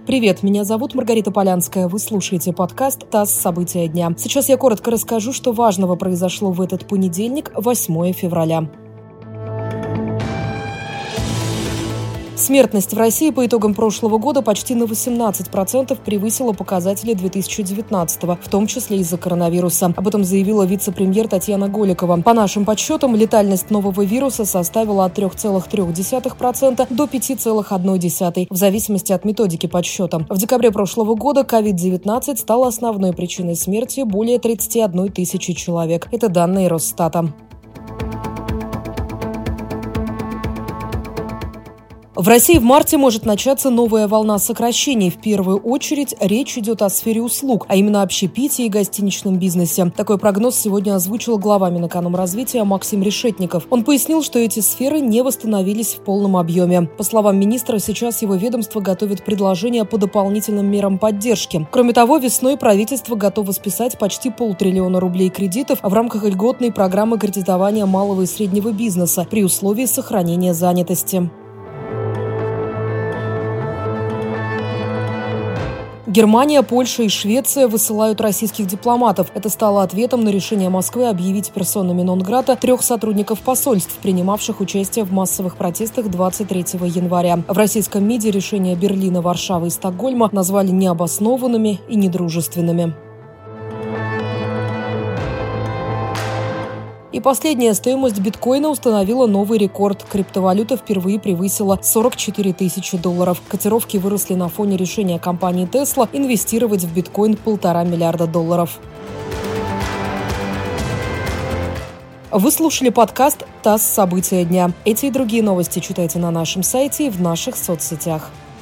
Привет, меня зовут Маргарита Полянская. Вы слушаете подкаст «ТАСС. События дня». Сейчас я коротко расскажу, что важного произошло в этот понедельник, 8 февраля. Смертность в России по итогам прошлого года почти на 18% превысила показатели 2019-го, в том числе из-за коронавируса. Об этом заявила вице-премьер Татьяна Голикова. По нашим подсчетам, летальность нового вируса составила от 3,3% до 5,1%, в зависимости от методики подсчета. В декабре прошлого года COVID-19 стал основной причиной смерти более 31 тысячи человек. Это данные Росстата. В России в марте может начаться новая волна сокращений. В первую очередь речь идет о сфере услуг, а именно общепитии и гостиничном бизнесе. Такой прогноз сегодня озвучил глава Минэкономразвития Максим Решетников. Он пояснил, что эти сферы не восстановились в полном объеме. По словам министра, сейчас его ведомство готовит предложения по дополнительным мерам поддержки. Кроме того, весной правительство готово списать почти 500 миллиона рублей кредитов в рамках льготной программы кредитования малого и среднего бизнеса при условии сохранения занятости. Германия, Польша и Швеция высылают российских дипломатов. Это стало ответом на решение Москвы объявить персонами нон-грата 3 сотрудников посольств, принимавших участие в массовых протестах 23 января. В российском МИДе решения Берлина, Варшавы и Стокгольма назвали необоснованными и недружественными. И последняя стоимость биткоина установила новый рекорд. Криптовалюта впервые превысила $44 тысячи. Котировки выросли на фоне решения компании Tesla инвестировать в биткоин $1,5 миллиарда. Вы слушали подкаст «ТАСС. События дня». Эти и другие новости читайте на нашем сайте и в наших соцсетях.